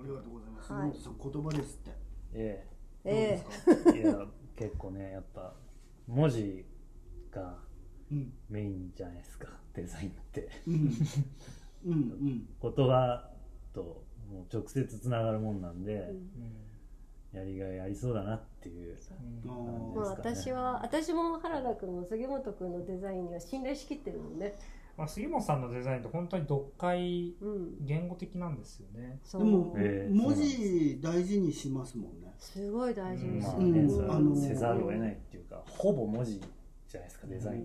りがとうございます。杉本さん、言葉ですって。 いや結構ねやっぱ文字がメインじゃないですか、デザインって。言葉ともう直接つながるもんなんで、やりがいありそうだなっていう感じですかね。 私も原田君も杉本君のデザインには信頼しきってるもんね。 杉本さんのデザインって本当に読解、言語的なんですよね。 でも、文字大事にしますもんね。 すごい大事にする。せざるを得ないっていうか、ほぼ文字じゃないですか、デザインって。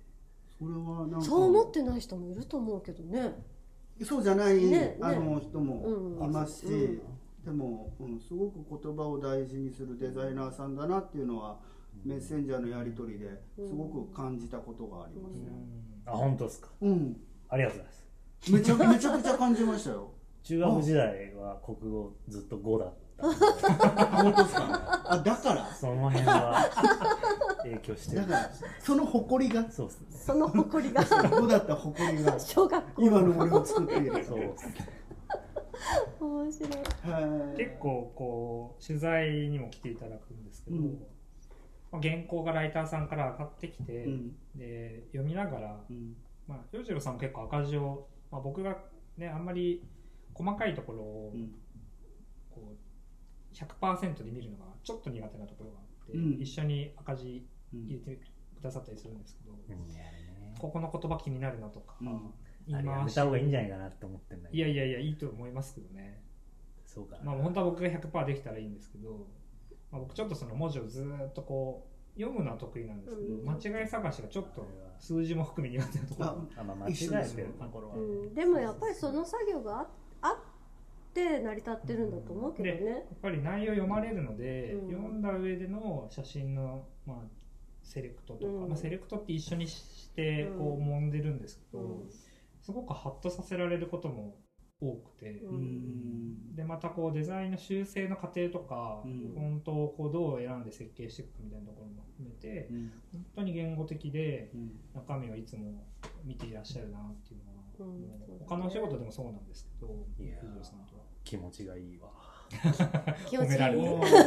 それはなんかそう思ってない人もいると思うけどね。 そうじゃない、人もいますし、でも、すごく言葉を大事にするデザイナーさんだなっていうのは、メッセンジャーのやり取りですごく感じたことがありますね。 あ、本当ですか。ありがとうございます。 めちゃくちゃ感じましたよ。 中学時代は国語ずっと5だったんで。 本当ですか。あ、だからその辺は影響してる。 だからその誇りが、 そうですね。 その誇りが 5だった誇りが小学校今の俺を作っている。 そうですね。 面白い。 結構こう取材にも来ていただくんですけど、原稿がライターさんから上がってきて、で読みながら、洋次郎さんも結構赤字を、僕がねあんまり細かいところをこう 100% で見るのがちょっと苦手なところがあって、一緒に赤字入れてくださったりするんですけど、ここの言葉気になるなとか、 やめた方がいいんじゃないかなと思ってんだけど。 いやいいと思いますけどね。 そうかな。 本当は僕が 100% できたらいいんですけど、僕ちょっとその文字をずっとこう読むのは得意なんですけど、間違い探しがちょっと数字も含め苦手なところが間違えてるところは、 でもやっぱりその作業があって成り立ってるんだと思うけどね。 やっぱり内容読まれるので、読んだ上での写真のセレクトとか、セレクトって一緒にしてこう揉んでるんですけど、すごくハッとさせられることも多くて、でまたこうデザインの修正の過程とか、フォントをこうどう選んで設計していくかみたいなところも含めて、本当に言語的で、中身をいつも見ていらっしゃるなっていうのは、他のお仕事でもそうなんですけど、藤尾さんとは気持ちがいいわ。 褒められる。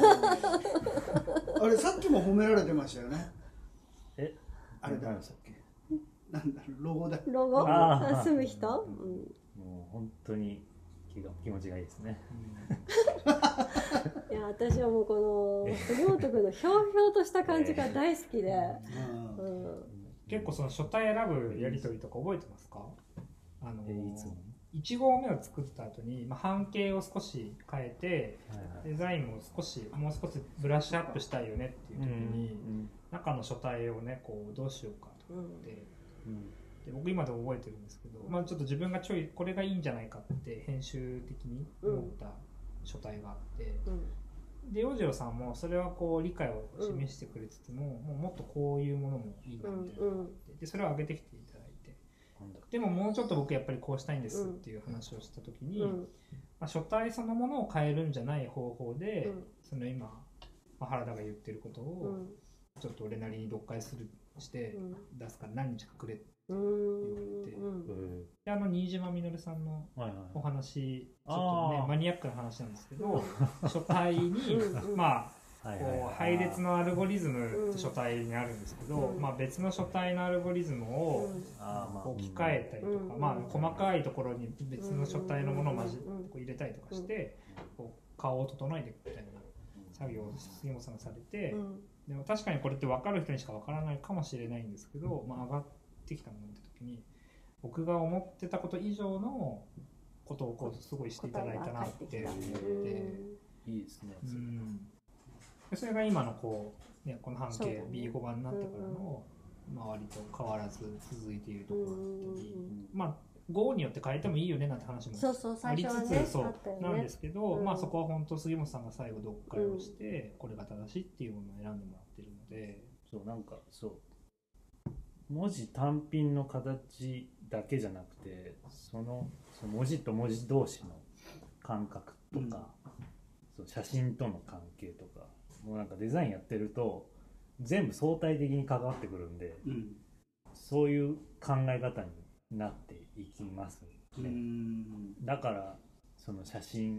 あれさっきも褒められてましたよね。あれ何でしたっけ。 なんだロゴだ。 ロゴ。住む人。 もう本当に気持ちがいいですね。 いや私はもうこの杉本君のひょうひょうとした感じが大好きで、 結構その書体選ぶやり取りとか覚えてますか？1号目を作った後に、半径を少し変えて、デザインももう少しブラッシュアップしたいよねっていう時に、中の書体をねこうどうしようかと思って、で僕今でも覚えてるんですけど、ちょっと自分がこれがいいんじゃないかって編集的に思った書体があって、で洋次郎さんもそれはこう理解を示してくれてても、もっとこういうものもいいなみたいなのがあって、でそれを上げてきていただいて、でももうちょっと僕やっぱりこうしたいんですっていう話をした時に、書体そのものを変えるんじゃない方法で、その今、原田が言ってることをちょっと俺なりに読解して出すから何日かくれって言われて、で新島実さんのお話、ちょっとねマニアックな話なんですけど、書体にこう配列のアルゴリズムって書体にあるんですけど、別の書体のアルゴリズムを置き換えたりとか、細かいところに別の書体のものを入れたりとかして、こう顔を整えていくみたいな作業を杉本さんがされて、でも確かにこれって分かる人にしか分からないかもしれないんですけど、上がってきたものを見た時に僕が思ってたこと以上のことをこうすごいしていただいたなって思って、 いいですね。 それが今のこう、この半径 B5 番になってからの、割と変わらず続いているところだったり、号によって変えてもいいよねなんて話もありつつなんですけど、そこは本当杉本さんが最後読解をして、これが正しいっていうものを選んでもらってるので、 文字単品の形だけじゃなくて、その文字と文字同士の感覚とか、写真との関係とか、もうなんかデザインやってると全部相対的に関わってくるんで、そういう考え方になっていきますね。だからその写真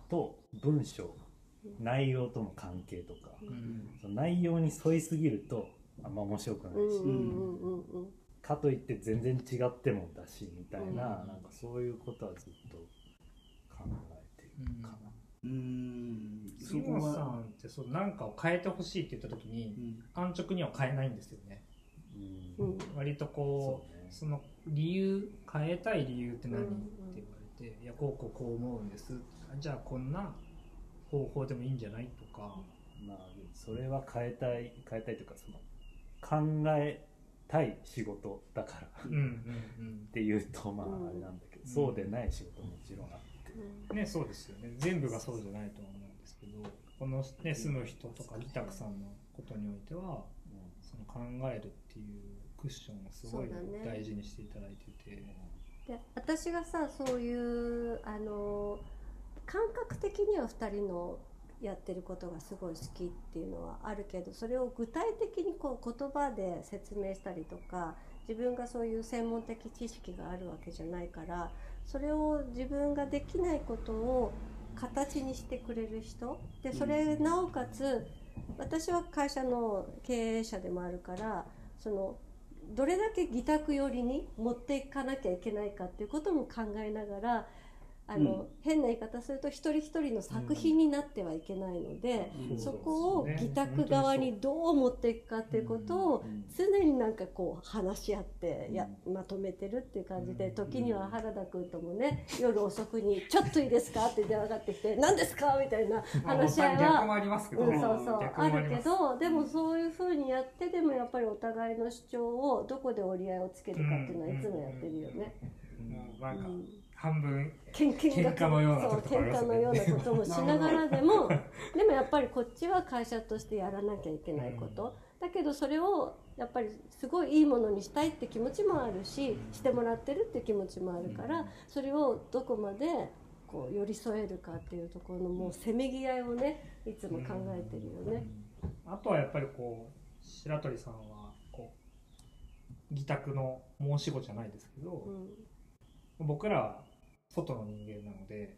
と文章、内容との関係とか、その内容に沿いすぎるとあんま面白くないし、かといって全然違ってもだしみたいな、なんかそういうことはずっと考えてるかな。 杉本さんってそうなんかを変えてほしいって言った時に、安直には変えないんですよね。割とこう、その理由、変えたい理由って何って言われて、いやこう思うんです、じゃあこんな方法でもいいんじゃないとか、 まあそれは変えたいというか、その考えたい仕事だからっていうとまああれなんだけど、そうでない仕事ももちろんあってね、そうですよね。全部がそうじゃないと思うんですけど、このね住む人とかギタクさんのことにおいては、その考えるっていうクッションをすごい大事にしていただいていて、 で私がさ、そういう感覚的には2人のやってることがすごい好きっていうのはあるけど、それを具体的にこう言葉で説明したりとか、自分がそういう専門的知識があるわけじゃないから、それを自分ができないことを形にしてくれる人で、それなおかつ私は会社の経営者でもあるから、そのどれだけ議託寄りに持っていかなきゃいけないかっていうことも考えながら、変な言い方すると一人一人の作品になってはいけないので、そこを議託側にどう持っていくかっていうことを常になんかこう話し合ってまとめてるっていう感じで、時には原田君ともね、夜遅くに「ちょっといいですか?」って電話がかかってきて「何ですか?」みたいな話し合いは逆もありますけど、 あるけど、でもそういうふうにやってでもやっぱりお互いの主張をどこで折り合いをつけるかっていうのはいつもやってるよね。 なんか半分喧嘩のようなこともしながらでもでもやっぱりこっちは会社としてやらなきゃいけないこと、だけどそれをやっぱりすごいいいものにしたいって気持ちもあるし、してもらってるって気持ちもあるから、それをどこまでこう寄り添えるかっていうところのもうせめぎ合いをね、いつも考えてるよね。 あとはやっぱりこう白鳥さんはこう議託の申し子じゃないですけど、僕らは外の人間なので、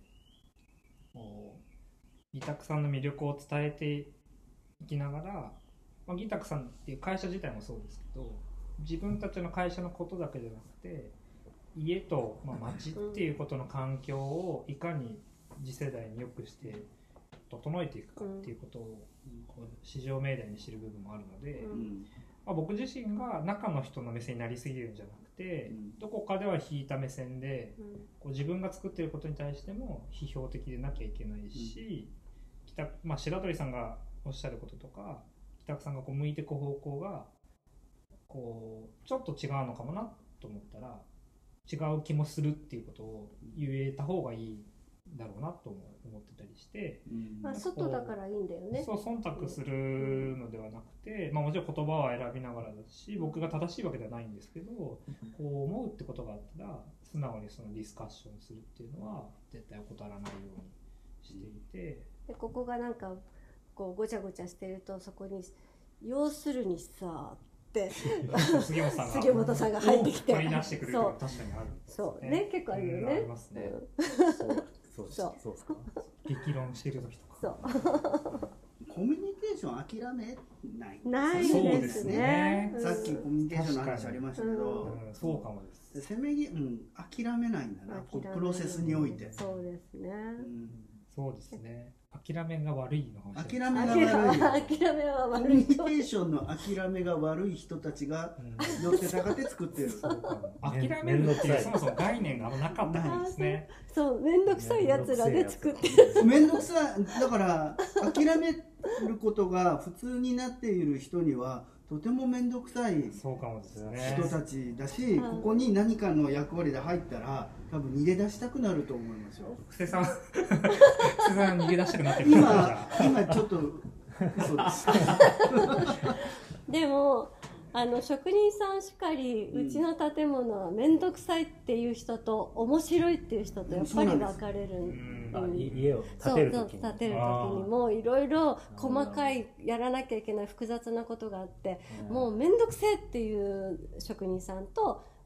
議託さんの魅力を伝えていきながら、議託さんっていう会社自体もそうですけど、自分たちの会社のことだけじゃなくて、家と、町っていうことの環境をいかに次世代に良くして整えていくかっていうことを市場命題にしている部分もあるので、僕自身が中の人の目線になりすぎるんじゃなくて、どこかでは引いた目線で、こう自分が作っていることに対しても批評的でなきゃいけないし、白鳥さんがおっしゃることとか、北さんがこう向いていく方向がこうちょっと違うのかもなと思ったら、違う気もするっていうことを言えた方がいいだろうなと思ってたりして、 外だからいいんだよね。 そう忖度するのではなくて、もちろん言葉は選びながらだし、僕が正しいわけではないんですけど、こう思うってことがあったら素直にそのディスカッションするっていうのは絶対怠らないようにしていて、 でここがなんかこうごちゃごちゃしてると、そこに要するにさって杉本さんが入ってきて取り出してくれるのが確かにあるんですね。 そうね、結構あるよね。 ありますね。 そうですか。 激論してる時とか。 そう。 コミュニケーション諦めないですね。 さっきコミュニケーションの話ありましたけど、 そうかもです。 せめぎ諦めないんだな、プロセスにおいて。 そうですね。 そうですね。諦めが悪いのかもしれない。諦めは悪い。コミュニケーションの諦めが悪い人たちが寄ってたかって作ってる。 諦めるっていうそもそも概念がなかったからですね。 そう、めんどくさいやつらで作ってる。めんどくさい。だから諦めることが普通になっている人にはとても面倒くさい人たちだし、ここに何かの役割で入ったら多分逃げ出したくなると思いますよ。 布施さん逃げ出したくなってる。 今ちょっと嘘です。 でも職人さんしかり、うちの建物は面倒くさいっていう人と面白いっていう人とやっぱり分かれる。 家を建てる時にもいろいろ細かいやらなきゃいけない複雑なことがあって、もう面倒くせえっていう職人さんと、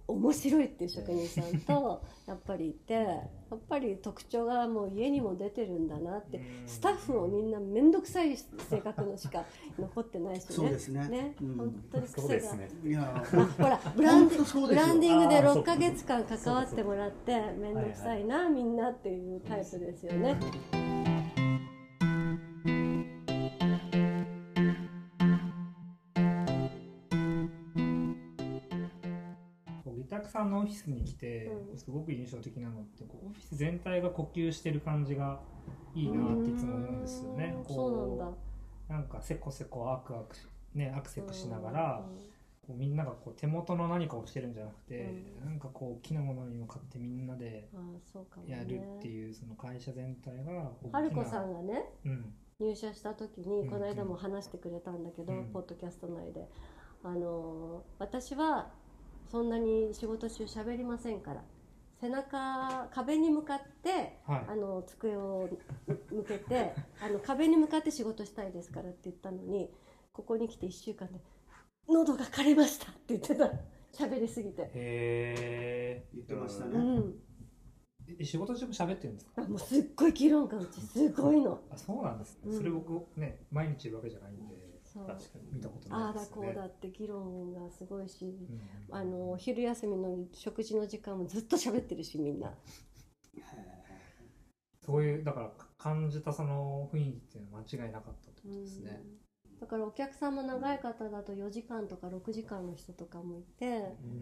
面白いっていう職人さんとやっぱりいて、やっぱり特徴がもう家にも出てるんだなって、スタッフもみんな面倒くさい性格のしか残ってないしね。 そうですね。 本当に癖が。 いやほらブランディングで6ヶ月間関わってもらって面倒くさいなみんなっていうタイプですよね。 委託さんのオフィスに来てすごく印象的なのって、オフィス全体が呼吸してる感じがいいなっていつも思うんですよね。 そうなんだ。 なんかせこせこアクセクしながら、こうみんながこう手元の何かをしてるんじゃなくて、なんかこう大きなものに向かってみんなでやるっていう、その会社全体が大きな。 春子さんがね、入社した時にこの間も話してくれたんだけど、ポッドキャスト内で私はそんなに仕事中喋りませんから、壁に向かって、机を向けて壁に向かって仕事したいですからって言ったのに、ここに来て1週間で喉が枯れましたって言ってた。喋りすぎて。 言ってましたね。 仕事中も喋ってるんですか？ もうすっごい議論がうちすごいの。 そうなんですね。それ僕ね毎日いるわけじゃないんで。確かに見たことないですね。 ああだこうだって議論がすごいし、昼休みの食事の時間もずっと喋ってるし、みんな。 そういうだから感じたその雰囲気っていうのは間違いなかったってことですね。 だからお客さんも長い方だと4時間とか6時間の人とかもいて、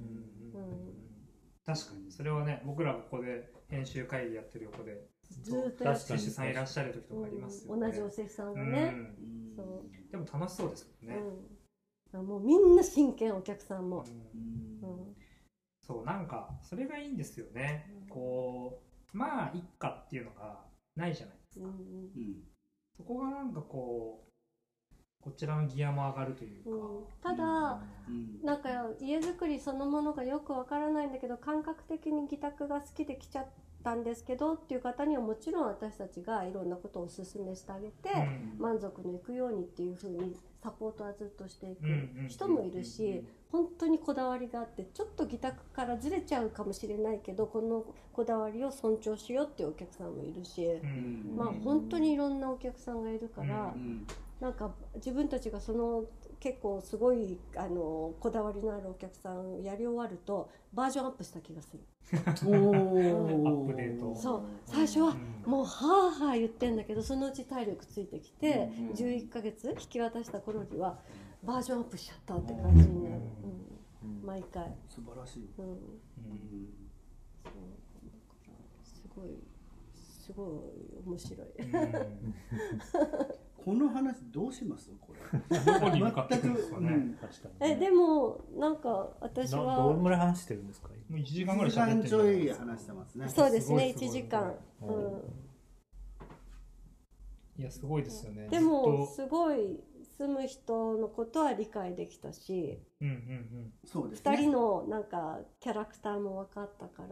確かにそれはね、僕らここで編集会議やってる横でずっとやってる。 主さんいらっしゃる時とかありますよね。 同じお世話さんがね。 でも楽しそうですよね。 もうみんな真剣、お客さんも。 そうなんかそれがいいんですよね。こうまあ一家っていうのがないじゃないですか。そこがなんかこちらのギアも上がるというか。 ただなんか家づくりそのものがよくわからないんだけど、感覚的に委託が好きで来ちゃったんですけどっていう方にはもちろん私たちがいろんなことをお勧めしてあげて、満足のいくようにっていうふうにサポートはずっとしていく人もいるし、本当にこだわりがあってちょっと委託からずれちゃうかもしれないけど、このこだわりを尊重しようっていうお客さんもいるし、まあ本当にいろんなお客さんがいるから、なんか自分たちがその結構すごいこだわりのあるお客さんをやり終わるとバージョンアップした気がする。 アップデート。 そう、最初はもうはぁはぁ言ってんだけど、そのうち体力ついてきて、11ヶ月引き渡した頃にはバージョンアップしちゃったって感じになる。毎回素晴らしい。 すごい面白い。 この話どうします？これ。 どこに向かってくるんですかね。 確かに。 でもなんか私はどんぐらい話してるんですか？ もう1時間ぐらい喋ってる。 ちょい話してますね。 そうですね、1時間。 いやすごいですよね。 でもすごい住む人のことは理解できたし、 そうですね。 2人のなんかキャラクターも分かったから、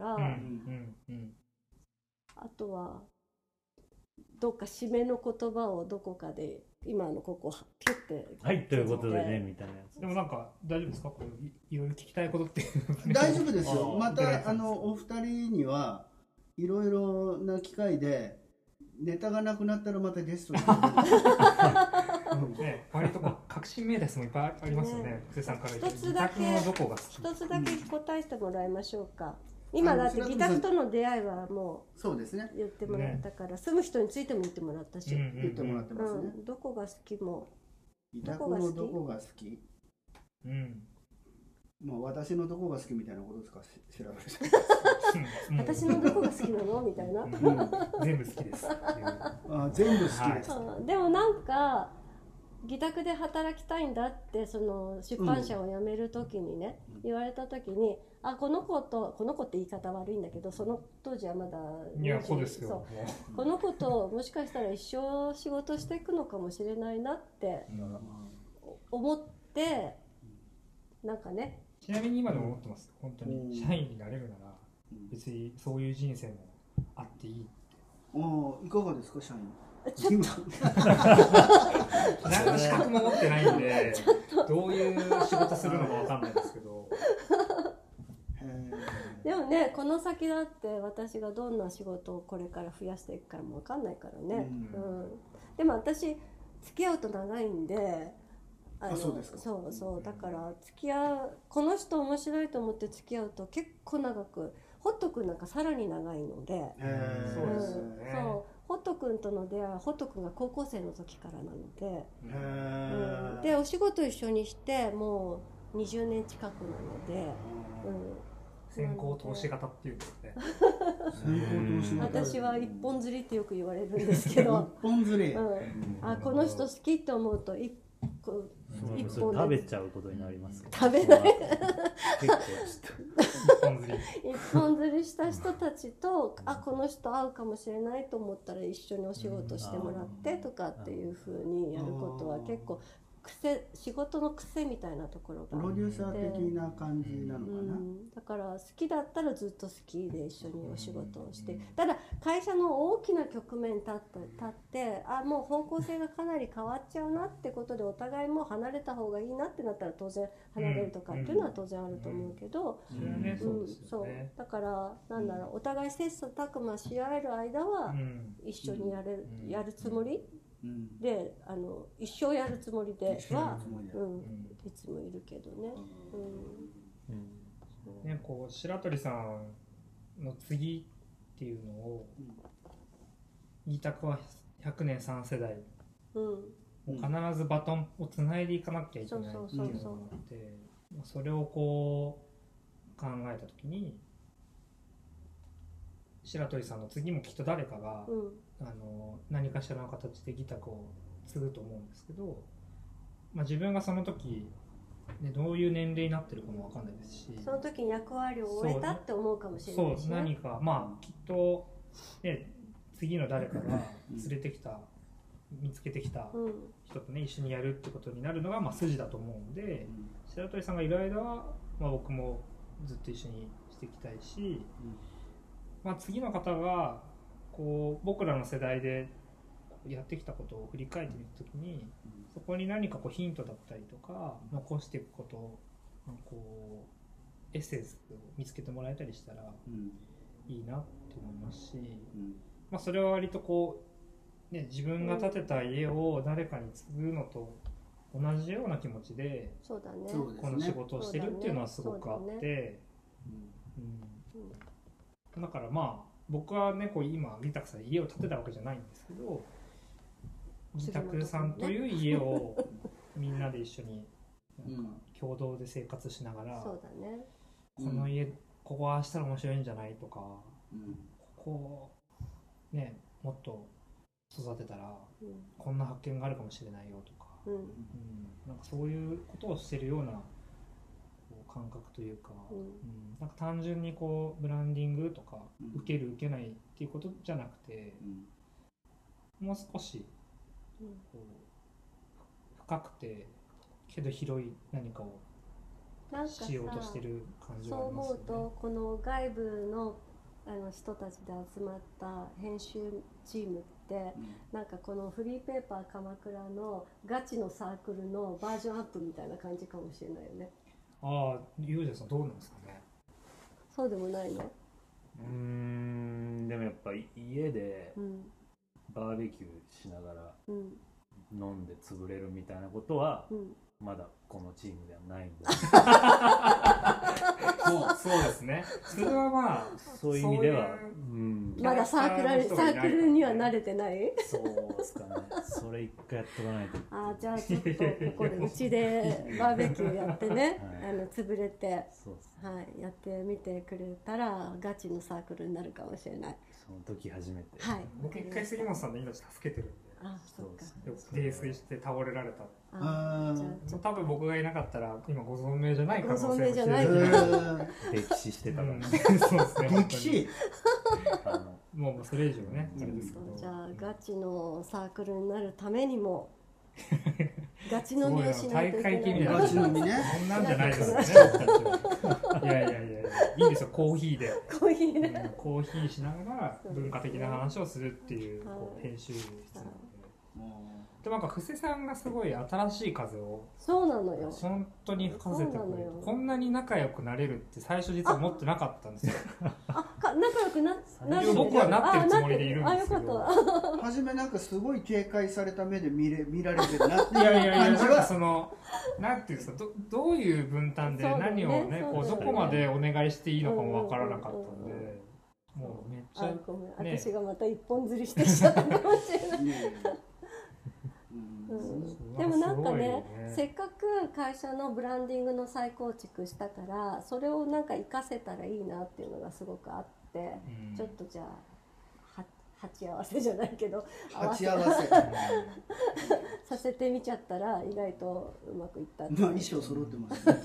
あとはどっか締めの言葉をどこかで今のここピュッてはいということでねみたいなやつ。 でもなんか大丈夫ですか？こういろいろ聞きたいことって大丈夫ですよ。またお二人にはいろいろな機会でネタがなくなったらまたゲストに割と確信めいたやつもいっぱいありますよね。布施さんから一つだけ答えてもらいましょうか。今だって委託との出会いはもうそうですね言ってもらったから、住む人についても言ってもらったし、 言ってもらってますね。 どこが好きも委託のどこが好き？まあ私のどこが好きみたいなことですか？調べる。 私のどこが好きなのみたいな。 全部好きです。 全部好きです。 でもなんか委託で働きたいんだってその出版社を辞める時にね、言われた時に、この子って言い方悪いんだけど、その当時はまだそうですよ。 この子ともしかしたら一生仕事していくのかもしれないなって思って、なんかね。 ちなみに今でも思ってます。本当に社員になれるなら別にそういう人生もあっていいって。 いかがですか社員？ 何の資格も持ってないんでどういう仕事するのか分かんないですけど。 でもね、この先だって私がどんな仕事をこれから増やしていくからも分かんないからね、でも私付き合うと長いんで、 そうですか。 そうだからこの人面白いと思って付き合うと結構長く、ホット君なんかさらに長いので、 そうですよね。 ホット君との出会いはホット君が高校生の時からなので、でお仕事一緒にしてもう20年近くなので、 先行投資型っていうんですね。 私は一本釣りってよく言われるんですけど一本釣り、 この人好きって思うと一本食べちゃうことになりますけど、 食べない結構一本釣りした人たちとこの人合うかもしれないと思ったら一緒にお仕事してもらってとかっていう風にやることは結構仕事の癖みたいなところがプロデューサー的な感じなのかな、 だから好きだったらずっと好きで一緒にお仕事をして、ただ会社の大きな局面立ってもう方向性がかなり変わっちゃうなってことでお互いもう離れた方がいいなってなったら当然離れるとかっていうのは当然あると思うけど、そうだからなんだろう、お互い切磋琢磨し合える間は一緒にやるつもりで、一生やるつもりではいつもいるけどね。 ね、こう白鳥さんの次っていうのを言いたくは100年3世代、もう必ずバトンをつないでいかなきゃいけないっていうのがあって、それをこう考えた時に白鳥さんの次もきっと誰かが、何かしらの形でギターを継ぐと思うんですけど、自分がその時、どういう年齢になってるかも分かんないですし、 その時に役割を終えたって思うかもしれないし、 何かきっと、次の誰かが連れてきた、見つけてきた人とね、一緒にやるってことになるのが筋だと思うんで、白鳥さんがいる間は、僕もずっと一緒にしていきたいし、次の方がこう僕らの世代でやってきたことを振り返ってみたときに、そこに何かヒントだったりとか残していくことをエッセンスを見つけてもらえたりしたらいいなって思いますし、それは割と自分が建てた家を誰かに継ぐのと同じような気持ちでこの仕事をしてるっていうのはすごくあって、だから僕はね、今ギタクさん家を建てたわけじゃないんですけど、ギタクさんという家をみんなで一緒に共同で生活しながら、この家ここああしたら面白いんじゃないとか、ここねもっと育てたらこんな発見があるかもしれないよとか、なんかそういうことをしてるような感覚というか、なんか単純にブランディングとか受ける受けないっていうことじゃなくて、もう少し深くてけど広い何かをしようとしてる感じがありますよね。 そう思うとこの外部の人たちで集まった編集チームって、なんかこのフリーペーパー鎌倉のガチのサークルのバージョンアップみたいな感じかもしれないよね。 ゆうじさんどうなんですかね。 そうでもないの？ でもやっぱ家でバーベキューしながら飲んで潰れるみたいなことはまだこのチームではないんでそうですね。それはそういう意味ではまだサークルには慣れてない。 そうですかね。それ一回やっとかないと。 じゃあちょっとここでうちでバーベキューやってね、潰れて、やってみてくれたらガチのサークルになるかもしれない。 その時初めて。 僕一回杉本さんの命助けてるんで。 そうか。 泥酔して倒れられた。多分僕がいなかったら今ご存命じゃない可能性もじゃない。 歴史してたから。 そうですね。 歴史。 もうそれ以上ね。あれですけど。 じゃあガチのサークルになるためにもガチ飲みをしないといけない。 ガチ飲みね。 そんなんじゃないですよね。僕たちは。いやいいんですよ。コーヒーで。コーヒーしながら文化的な話をするっていう編集室なので。 でもなんか布施さんがすごい新しい風をそうなのよ本当に吹かせてくれる。こんなに仲良くなれるって最初実は思ってなかったんですよ。 仲良くなる。 僕はなってるつもりでいるんですけど、 初めなんかすごい警戒された目で見られてるなっていう感じは。 いやなんかそのなんていうんですか、どういう分担で何をねこうどこまでお願いしていいのかもわからなかったんで、もうめっちゃ私がまた一本釣りしてきちゃったかもしれない。でもなんかね、せっかく会社のブランディングの再構築したからそれをなんか活かせたらいいなっていうのがすごくあって、ちょっとじゃあ鉢合わせじゃないけど鉢合わせさせてみちゃったら意外とうまくいったって。 まあ衣装揃ってますね。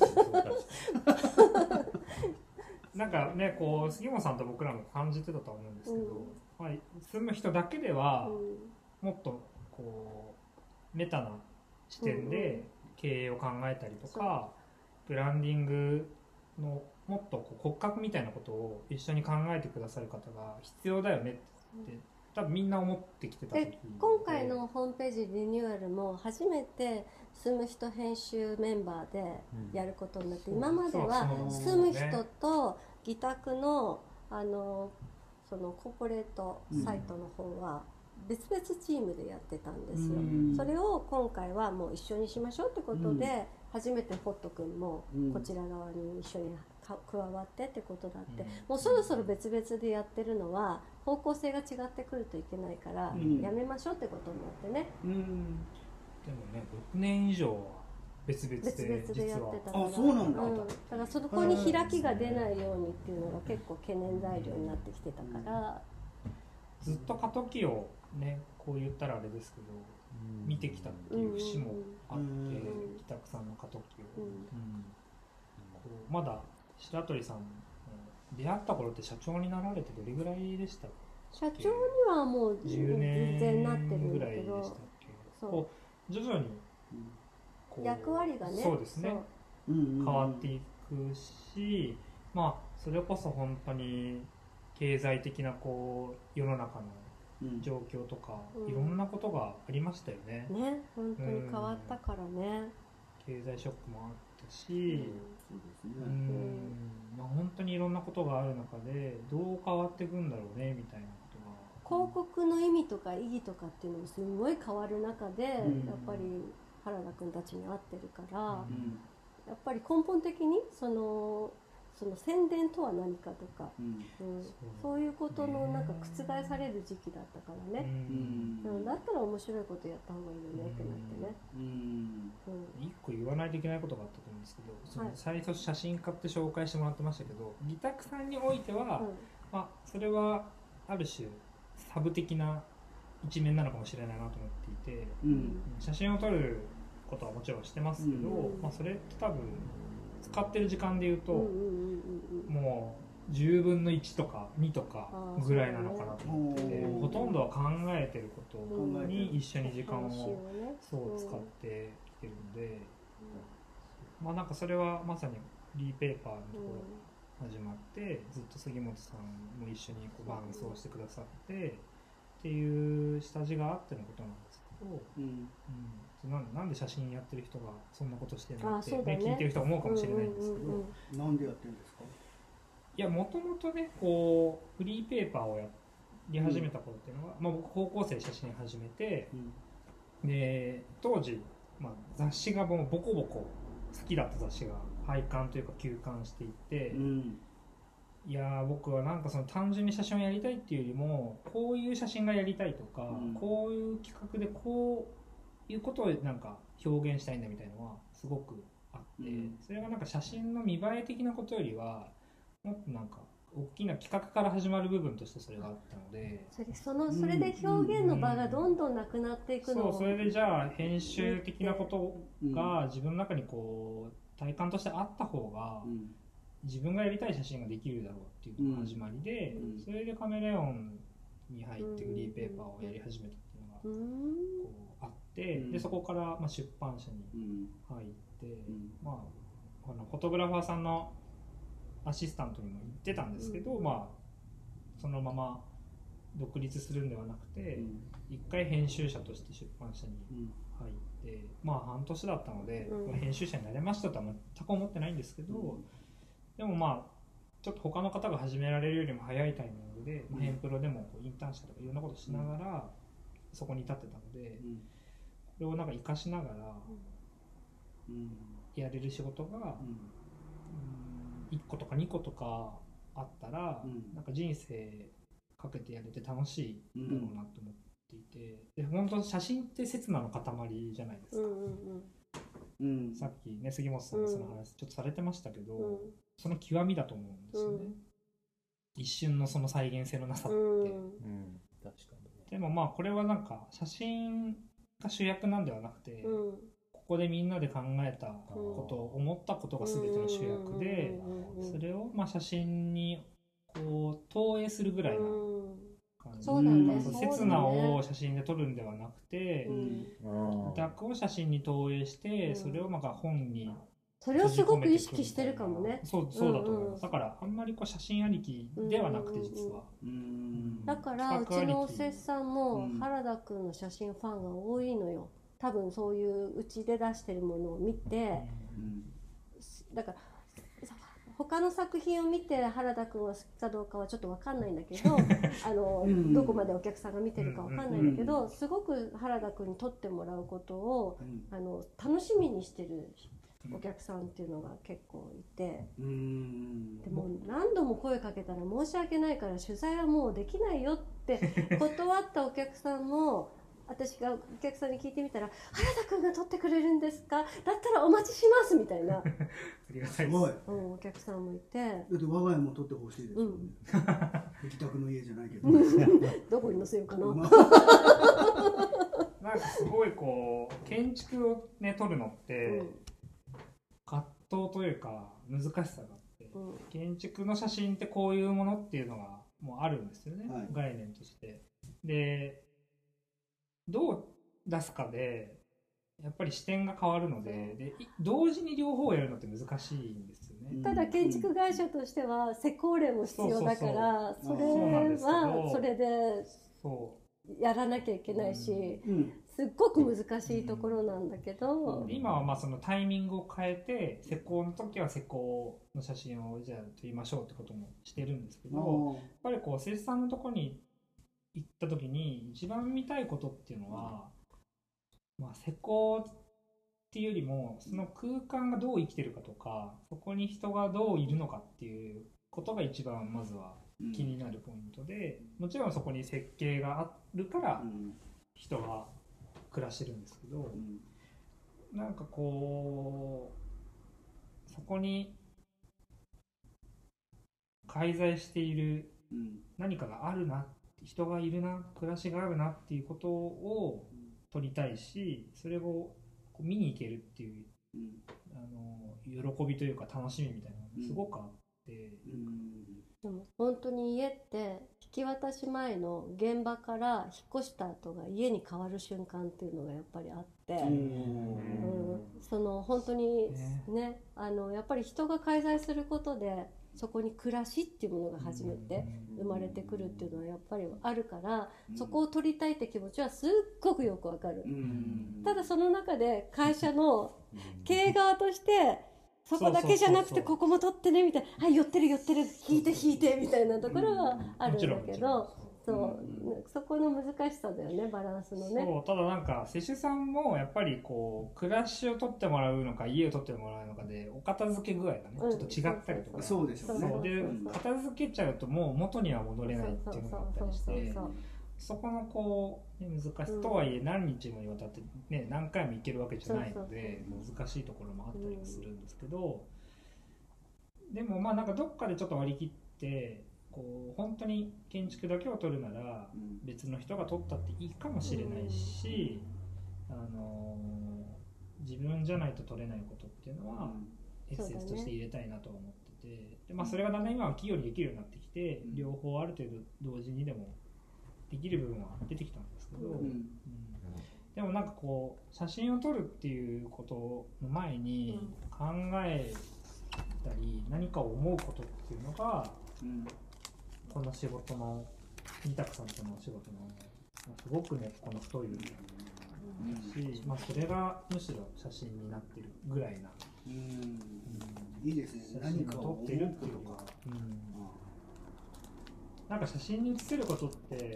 なんかねこう杉本さんと僕らも感じてたと思うんですけど、住む人だけではもっとこうメタな視点で経営を考えたりとか、ブランディングのもっとこう骨格みたいなことを一緒に考えてくださる方が必要だよねって多分みんな思ってきてた時で、 今回のホームページリニューアルも初めて住む人編集メンバーでやることになって、今までは住む人と議宅のそのコーポレートサイトの方は別々チームでやってたんですよ。それを今回はもう一緒にしましょうってことで、初めてホット君もこちら側に一緒に加わってってことだって、もうそろそろ別々でやってるのは方向性が違ってくるといけないから、やめましょうってことになってね。 でもね6年以上は別々でやってたから、 あ、そうなんだ。 だからそこに開きが出ないようにっていうのが結構懸念材料になってきてたから、 ずっと過渡期をねこう言ったらあれですけど、見てきたっていう節もあって、北区さんの過渡期を、まだ白鳥さん出会った頃って社長になられてどれぐらいでしたっけ？ 社長にはもう 10年なってるんだけど、 ぐらいでしたっけ？こう徐々にこう役割がね、 そうですね、変わっていくし、まあそれこそ本当に経済的なこう世の中の状況とか、いろんなことがありましたよね。 ね、本当に変わったからね。 経済ショックもあったし、まあ本当にいろんなことがある中でどう変わっていくんだろうねみたいなことが。 広告の意味とか意義とかっていうのもすごい変わる中で、やっぱり原田君たちに合ってるから、やっぱり根本的にその宣伝とは何かとか、そういうことのなんか覆される時期だったからね、だったら面白いことやった方がいいよねってなってね。 一個言わないといけないことがあったと思うんですけど、その最初写真家って紹介してもらってましたけど、議宅さんにおいては、まあ、それはある種サブ的な一面なのかもしれないなと思っていて、写真を撮ることはもちろんしてますけど、まあ、それって多分使ってる時間でいうと、もう10分の1とか2とかぐらいなのかなと思ってて、ほとんどは考えてることに一緒に時間をそう使ってきてるので、まあなんかそれはまさにフリーペーパーのところ始まって、ずっと杉本さんも一緒にこう伴走してくださってっていう下地があってのことなんですけど、なんで写真やってる人がそんなことしてるのって、ね、聞いてる人は思うかもしれないんですけど、 なんでやってるんですか？ いや、もともとねこうフリーペーパーをやり始めた頃っていうのは、まあ、僕高校生写真始めて、で当時、まあ、雑誌がもうボコボコ好きだった雑誌が廃刊というか休刊していて、いや僕はなんかその単純に写真をやりたいっていうよりも、こういう写真がやりたいとか、こういう企画でこういうことをなんか表現したいんだみたいなのはすごくあって、それがなんか写真の見栄え的なことよりはもっとなんか大きな企画から始まる部分としてそれがあったので、 それで表現の場がどんどんなくなっていくのを、 それでじゃあ編集的なことが自分の中にこう体感としてあった方が、自分がやりたい写真ができるだろうっていうのが始まりで、それでカメレオンに入ってフリーペーパーをやり始めたっていうのがこうあって、でそこからまあ出版社に入って、まあフォトグラファーさんのアシスタントにも行ってたんですけど、まあそのまま独立するんではなくて、一回編集者として出版社に入って、まあ半年だったので、編集者になれましたとは全く思ってないんですけど、でもまあちょっと他の方が始められるよりも早いタイミングで、ヘンプロでもインターンしたとかいろんなことしながらそこに立ってたので、これをなんか活かしながらやれる仕事が1個とか2個とかあったら、なんか人生かけてやれて楽しいだろうなと思っていて、で本当写真って刹那の塊じゃないですか。さっきね杉本さんがその話ちょっとされてましたけど、その極みだと思うんですよね。一瞬のその再現性のなさって。確かに。でもまあこれはなんか写真が主役なんではなくて、ここでみんなで考えたことを思ったことが全ての主役で、それをまあ写真にこう投影するぐらいな感じ。 そうだね。 刹那を写真で撮るんではなくて、ダックを写真に投影して、それをまあ本にそれをすごく意識してるかもね。 そうだと思います。だからあんまりこう写真ありきではなくて、実は。 だからうちのおせっさんも原田くんの写真ファンが多いのよ。多分そういううちで出してるものを見て、だから他の作品を見て原田くんは好きかどうかはちょっと分かんないんだけどどこまでお客さんが見てるか分かんないんだけど、すごく原田くんに撮ってもらうことを楽しみにしてるお客さんっていうのが結構いて、でも何度も声かけたら申し訳ないから取材はもうできないよって断ったお客さんも私がお客さんに聞いてみたら「原田くんが撮ってくれるんですか？だったらお待ちします」みたいなありがたいです。 お客さんもいて、だって我が家も撮ってほしいですよね。自宅の家じゃないけどどこに載せようかな。 なんかすごいこう建築をね撮るのって、葛藤というか難しさがあって、建築の写真ってこういうものっていうのがもうあるんですよね、概念として。でどう出すかでやっぱり視点が変わるので、同時に両方をやるのって難しいんですよね。 ただ建築会社としては施工例も必要だから、それはそれでやらなきゃいけないし、すっごく難しいところなんだけど、 今はまあそのタイミングを変えて施工の時は施工の写真をじゃあ撮りましょうってこともしてるんですけど、やっぱりこう生産のところに行った時に一番見たいことっていうのは、まあ、施工っていうよりもその空間がどう生きてるかとか、そこに人がどういるのかっていうことが一番まずは気になるポイントで、もちろんそこに設計があるから人が暮らしてるんですけど、なんかこうそこに介在している何かがあるな、人がいるな、暮らしがあるなっていうことを撮りたいし、それを見に行けるっていう、喜びというか楽しみみたいなのがすごくあって、 でも本当に家って引き渡し前の現場から引っ越した後が家に変わる瞬間っていうのがやっぱりあって、その本当にね、やっぱり人が介在することでそこに暮らしっていうものが初めて生まれてくるっていうのはやっぱりあるから、そこを取りたいって気持ちはすっごくよくわかる。ただその中で会社の経営側としてそこだけじゃなくてここも取ってねみたいな、はい、寄ってる引いてみたいなところはあるんだけど、そこの難しさだよね、バランスのね。 そう、ただなんか施主さんもやっぱりこう暮らしを取ってもらうのか家を取ってもらうのかでお片付け具合がね、ちょっと違ったりとか、 そうですよね。 で片付けちゃうともう元には戻れないっていうのがあったりして、そこのこう、難しさとはいえ何日もにわたって、ね、何回も行けるわけじゃないので難しいところもあったりはするんですけど、でもまあなんかどっかでちょっと割り切ってこう本当に建築だけを撮るなら別の人が撮ったっていいかもしれないし、自分じゃないと撮れないことっていうのはエッセンスとして入れたいなと思ってて、で、まあ、それがだんだん今は企業にできるようになってきて、両方ある程度同時にでもできる部分は出てきたんですけど、でもなんかこう写真を撮るっていうことの前に考えたり何かを思うことっていうのが、この仕事の二択さんとのお仕事のすごくねこの太いし、まあ、それがむしろ写真になってるぐらいな、 いいですね。 何か撮ってるっていうか、なんか写真に写せることって、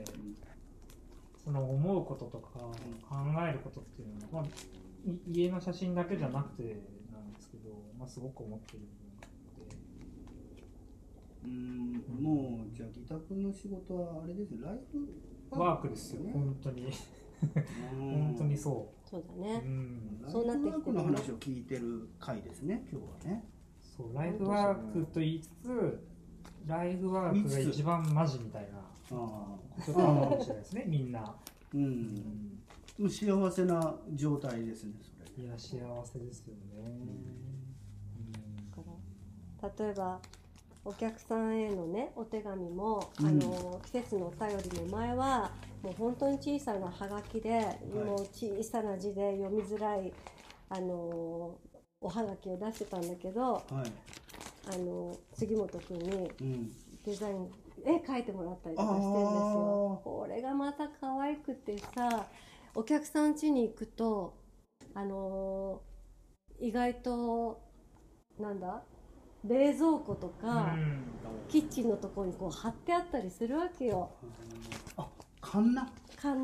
その思うこととか考えることっていうのは、まあ、家の写真だけじゃなくてなんですけど、まあ、すごく思ってる部分があって、 もうじゃあ自宅の仕事はあれですね、ライフワークですよ、本当に本当にそう。 そうだね。 そうなってきて、ライフワークの話を聞いてる回ですね、今日はね。 そう、ライフワークと言いつつ、ライフワークが一番マジみたいなことかもしれないですね、みんな。 幸せな状態ですね、それ。 いや、幸せですよね。 例えばお客さんへのねお手紙も、季節のお便りも前はもう本当に小さなハガキで、もう小さな字で読みづらいおはがきを出してたんだけど、杉本君にデザイン絵描いてもらったりとかしてるんですよ。これがまた可愛くてさ、お客さん家に行くと意外となんだ冷蔵庫とか、キッチンのところにこう貼ってあったりするわけよ。 カンナ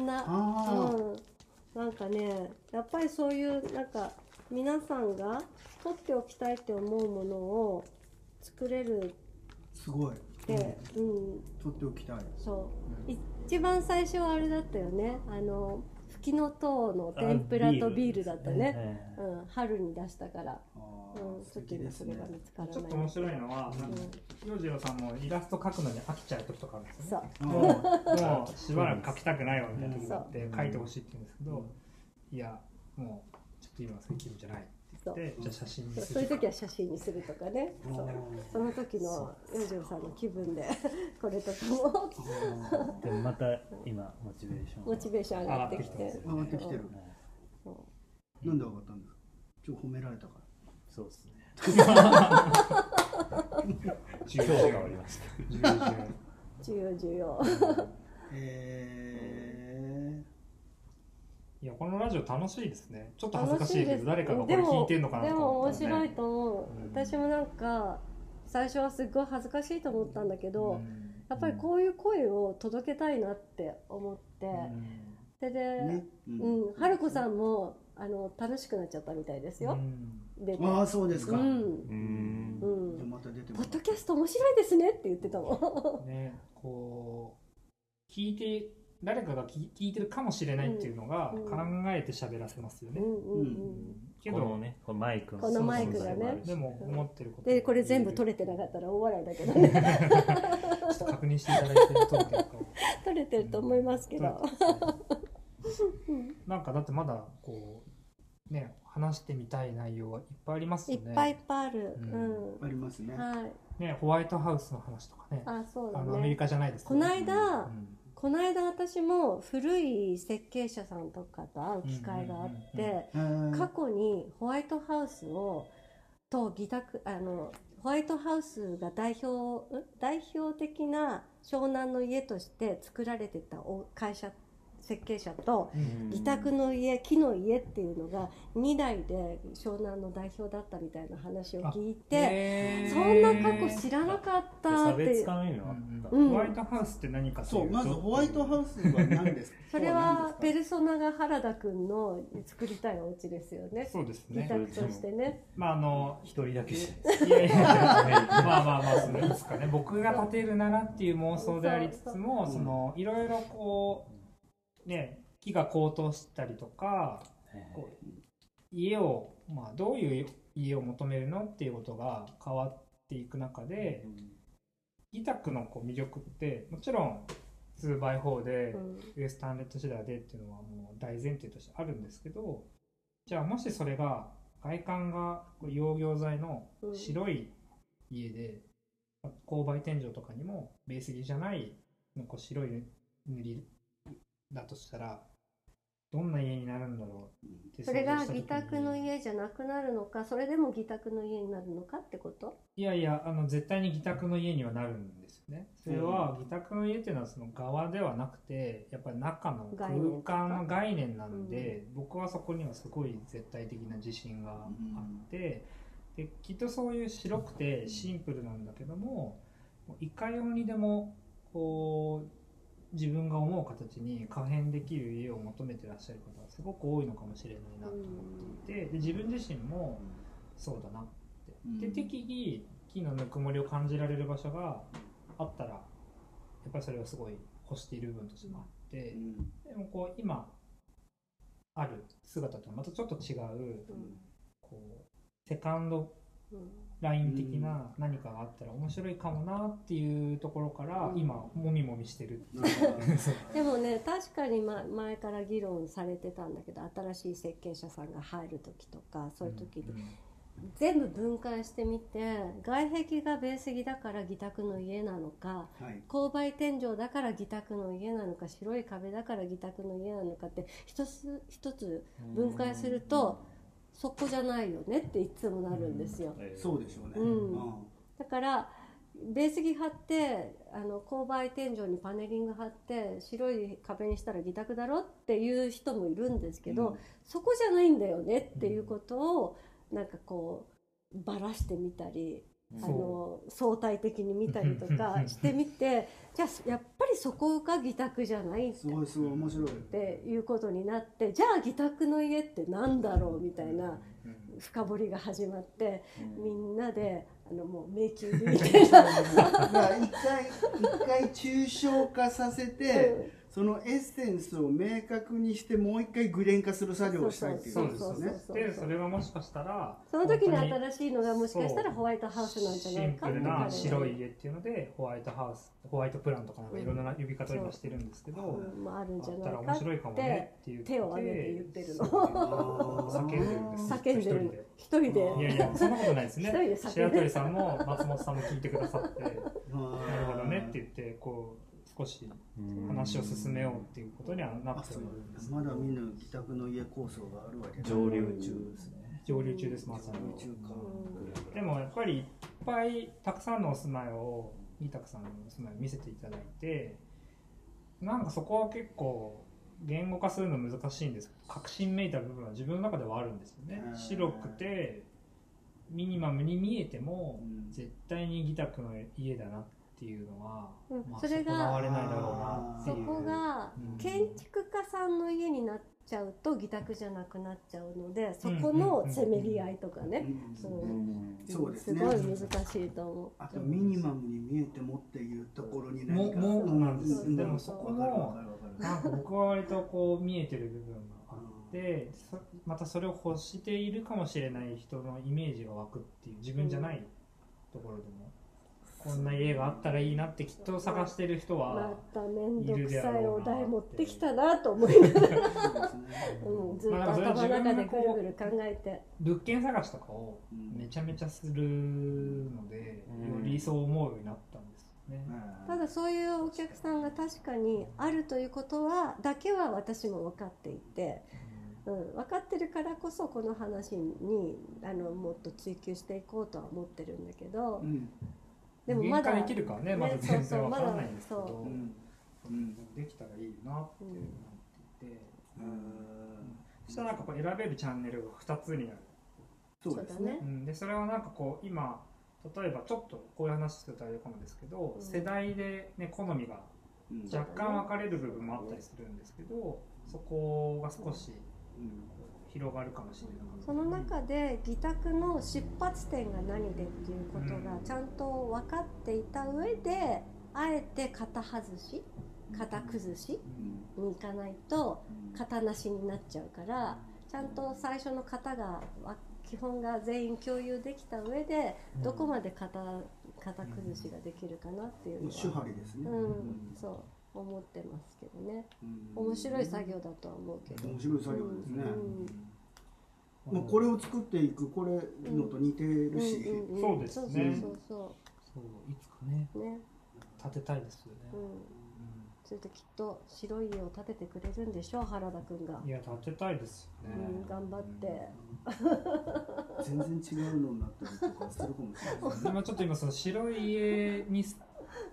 なんかね、やっぱりそういうなんか皆さんが取っておきたいって思うものを作れる。 すごい。 取っておきたい。 そう、一番最初はあれだったよね。フキノトウの天ぷらとビールだったね。春に出したから。ちょっと今それが見つからない。 ちょっと面白いのは、洋次郎さんもイラスト描くのに飽きちゃう時とかあるんですよね。もうしばらく描きたくないわみたいな時があって描いてほしいって言うんですけど、いやもうちょっと今そういう気分じゃないって言って、じゃあ写真にする。 そういう時は写真にするとかね。その時の洋次郎さんの気分でこれとかも。 でもまた今モチベーション上がってきて。 上がってきてる。なんで上がったんですか。ちょっと褒められたから。 そうですね。 重要がありました。 重要。 いや、このラジオ楽しいですね。ちょっと恥ずかしいけど誰かがこれ聞いてるのかなと思ったらね。 でも面白いと思う。私もなんか最初はすっごい恥ずかしいと思ったんだけど、やっぱりこういう声を届けたいなって思って、それで春子さんも楽しくなっちゃったみたいですよ。 そうですか。 ポッドキャスト面白いですねって言ってたもん。 ね、こう誰かが聞いてるかもしれないっていうのが考えて喋らせますよね。 けどこのマイクがね。 でも思ってることでこれ全部取れてなかったら大笑いだけどね。 ちょっと確認していただいて取れてると思いますけど。 なんかだってまだこうね話してみたい内容はいっぱいありますよね。 いっぱいある。 ありますね。 ね、ホワイトハウスの話とかね。 そうだね。 アメリカじゃないですけど。この間私も古い設計者さんとかと会う機会があって、過去にホワイトハウスとホワイトハウスが代表的な湘南の家として作られてた会社設計者と自宅の家、木の家っていうのが2代で湘南の代表だったみたいな話を聞いて、そんな過去知らなかったっていう。 ホワイトハウスって何かというと、 まずホワイトハウスは何ですか。 それはペルソナが原田くんの作りたいお家ですよね。 そうですね。 自宅としてね。 一人だけじゃない。いやまあそれですかね。僕が建てるならっていう妄想でありつつも、そのいろいろこうね、木が高騰したりとか、家をどういう家を求めるのっていうことが変わっていく中で、自宅の魅力ってもちろん 2x4 でウエスタンレッドシダーでっていうのはもう大前提としてあるんですけど、じゃあもしそれが外観が溶業材の白い家で、勾配天井とかにもベース木じゃない白い塗りだとしたらどんな家になるんだろうって。 それが自宅の家じゃなくなるのか、それでも自宅の家になるのかってこと？ いや絶対に自宅の家にはなるんですよですね。それは議宅の家っていうのはその側ではなくてやっぱり中の空間の概念なんで、僕はそこにはすごい絶対的な自信があって、できっとそういう白くてシンプルなんだけども、いかようにでもこう自分が思う形に可変できる家を求めてらっしゃる方がすごく多いのかもしれないなと思っていて、で自分自身もそうだなって、で適宜木のぬくもりを感じられる場所があったらやっぱりそれはすごい欲している部分としてもあって、でもこう今ある姿とはまたちょっと違う、こうセカンドライン的な何かがあったら面白いかもなっていうところから今もみもみしてるでもね、確かに前から議論されてたんだけど、新しい設計者さんが入る時とかそういう時に全部分解してみて、外壁がベース木だから議宅の家なのか、勾配天井だから議宅の家なのか、白い壁だから議宅の家なのかって一つ一つ分解すると、そこじゃないよねっていつもなるんですよ。 そうでしょうね。 だからベース木貼って勾配天井にパネリング貼って白い壁にしたら議宅だろっていう人もいるんですけど、そこじゃないんだよねっていうことをなんかこうばらしてみたり、相対的に見たりとかしてみてじゃあやっぱりそこが議宅じゃないって面白いっていうことになって、じゃあ議宅の家ってなんだろうみたいな深掘りが始まって、みんなでもう迷宮入りみたいな一回抽象化させて、そのエッセンスを明確にしてもう一回具現化する作業をしたいっていうことですよね。 でそれがもしかしたらその時に新しいのがもしかしたらホワイトハウスなんじゃないかシンプルな白い家っていうのでホワイトハウス、ホワイトプランとかなんかいろんな呼び方を今してるんですけど、 あるんじゃないか面白いかもねっていう手を挙げて言ってるの。 叫んでるんです。 叫んでる一人で。 いやいやそんなことないですね。白鳥さんも松本さんも聞いてくださってなるほどねって言ってこう少し話を進めようっていうことにはなってるんです。 まだ見ぬ自宅の家構想があるわけ上流中ですね。 上流中です。まさに。でもやっぱりいっぱいたくさんのお住まいをたくさんのお住まいを見せていただいて、なんかそこは結構言語化するの難しいんですけど、確信めいた部分は自分の中ではあるんですよね。白くてミニマムに見えても絶対に自宅の家だなっていうのは、 それがこだわれないだろうなっていう。 そこが建築家さんの家になっちゃうと自宅じゃなくなっちゃうので、そこのせめぎ合いとかね、 そうですね、 すごい難しいと思う。 あとミニマムに見えてもっていうところにもなんです。でもそこもなんか僕は割とこう見えてる部分があって、またそれを欲しているかもしれない人のイメージが湧くっていう、自分じゃないところでもこんな家があったらいいなってきっと探してる人はまた面倒くさいお題持ってきたなと思いながらずっと頭の中でぐるぐる考えて、 物件探しとかをめちゃめちゃするので、よりそう思うようになったんですね。 ただそういうお客さんが確かにあるということはだけは私も分かっていて、分かってるからこそこの話にもっと追求していこうとは思ってるんだけど、 でもまだできるかね、まだ全然わからないんですけど、できたらいいなって思っていて、そしたらなんかこう選べるチャンネルが2つになる。 そうですね。 でそれはなんかこう今例えばちょっとこういう話するとあれかもですけど、世代でね好みが若干分かれる部分もあったりするんですけど、そこが少し広がるかもしれない。 その中で自宅の出発点が何でっていうことがちゃんと分かっていた上で、あえて型外し型崩しに行かないと型なしになっちゃうから、ちゃんと最初の型が基本が全員共有できた上でどこまで型崩しができるかなっていうのは手張りですね。 そう思ってますけどね。面白い作業だとは思うけど。 面白い作業ですね。まあこれを作っていくこれのと似てるし、 そうですね。 そういつかね建てたいですよね。 それできっと白い家を建ててくれるんでしょう、原田くんが。 いや建てたいですよね。 頑張って。 全然違うのになったりとかするかもしれない。 今ちょっとその白い家に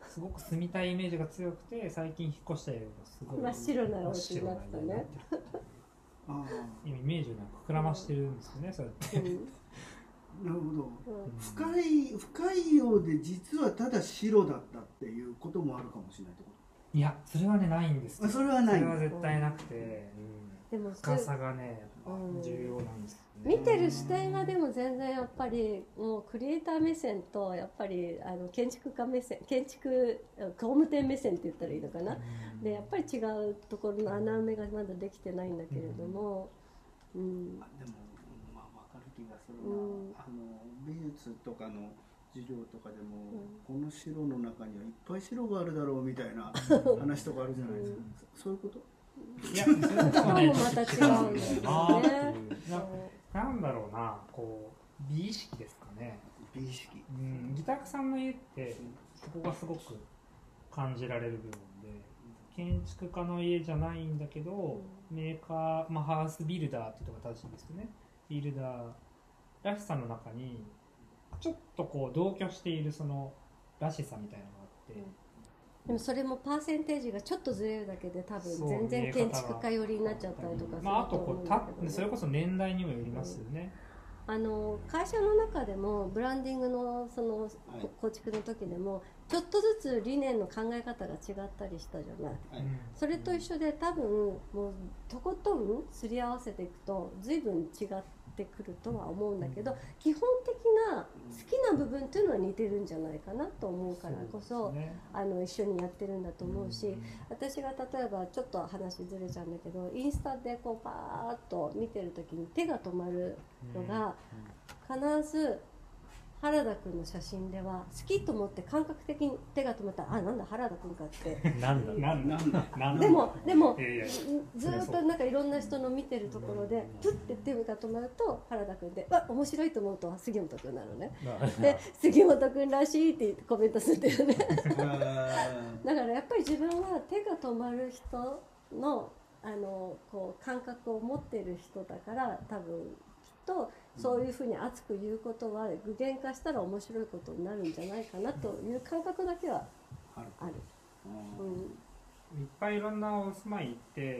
すごく住みたいイメージが強くて、最近引っ越した家がすごい真っ白なお家になったね。 イメージをなんか膨らましてるんですよね、そうやって。 なるほど、深いようで実はただ白だったっていうこともあるかもしれないってこと。 いや、それはねないんですよ。 それはない。 それは絶対なくて、でも深さがねやっぱ重要なんですよね。 見てる視点がでも全然やっぱりもうクリエイター目線とやっぱり建築家目線、工務店目線って言ったらいいのかな、でやっぱり違うところの穴埋めがまだできてないんだけれども、 でもまあ分かる気がするな、美術とかの授業とかでも、この城の中にはいっぱい城があるだろうみたいな話とかあるじゃないですか、そういうこと？ いや、それともね、 また違うんですよね。 なんだろうな、こう美意識ですかね。 美意識。 ギターさんの家ってそこがすごく感じられる部分で、建築家の家じゃないんだけど、メーカー、ハウスビルダーっていうのが正しいんですよね。ビルダーらしさの中にちょっとこう同居しているそのらしさみたいなのがあって。 でもそれもパーセンテージがちょっとずれるだけで多分全然建築家寄りになっちゃったりとかするとあとこうそれこそ年代にもよりますよね。 会社の中でもブランディングのその構築の時でもちょっとずつ理念の考え方が違ったりしたじゃない、それと一緒で多分もうとことんすり合わせていくと随分違ってくるとは思うんだけど、基本的な好きな部分っていうのは似てるんじゃないかなと思うからこそ、一緒にやってるんだと思うし、私が例えばちょっと話ずれちゃうんだけど、インスタでこうパーッと見てる時に手が止まるのが必ず原田くんの写真では好きと思って感覚的に手が止まったら、なんだ原田くんかってなんだでもずっとなんかいろんな人の見てるところでプッて手が止まると原田くんで、面白いと思うと杉本くんなのね。で杉本くんらしいってコメントするんだよねだからやっぱり自分は手が止まる人のこう感覚を持ってる人だから、多分きっとそういうふうに熱く言うことは具現化したら面白いことになるんじゃないかなという感覚だけはある。 いっぱいいろんなお住まい行って、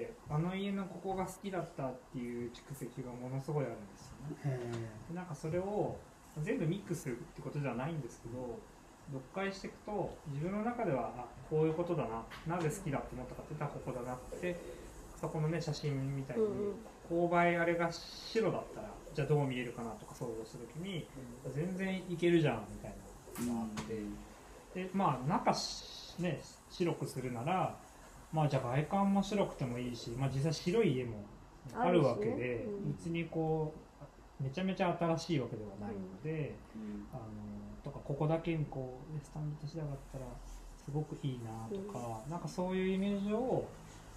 家のここが好きだったっていう蓄積がものすごいあるんですよね。なんかそれを全部ミックスするってことじゃないんですけど、読解していくと自分の中ではこういうことだな、なぜ好きだって思ったかって言ったらここだなって、そこのね写真みたいに勾配あれが白だったらじゃあどう見えるかなとか想像した時に、全然いけるじゃんみたいなのがあって、で中ね白くするなら、じゃあ外観も白くてもいいし、実際白い家もあるわけで、別にこうめちゃめちゃ新しいわけではないので、とかここだけにこうスタンドとしてなかったらすごくいいなとか、なんかそういうイメージを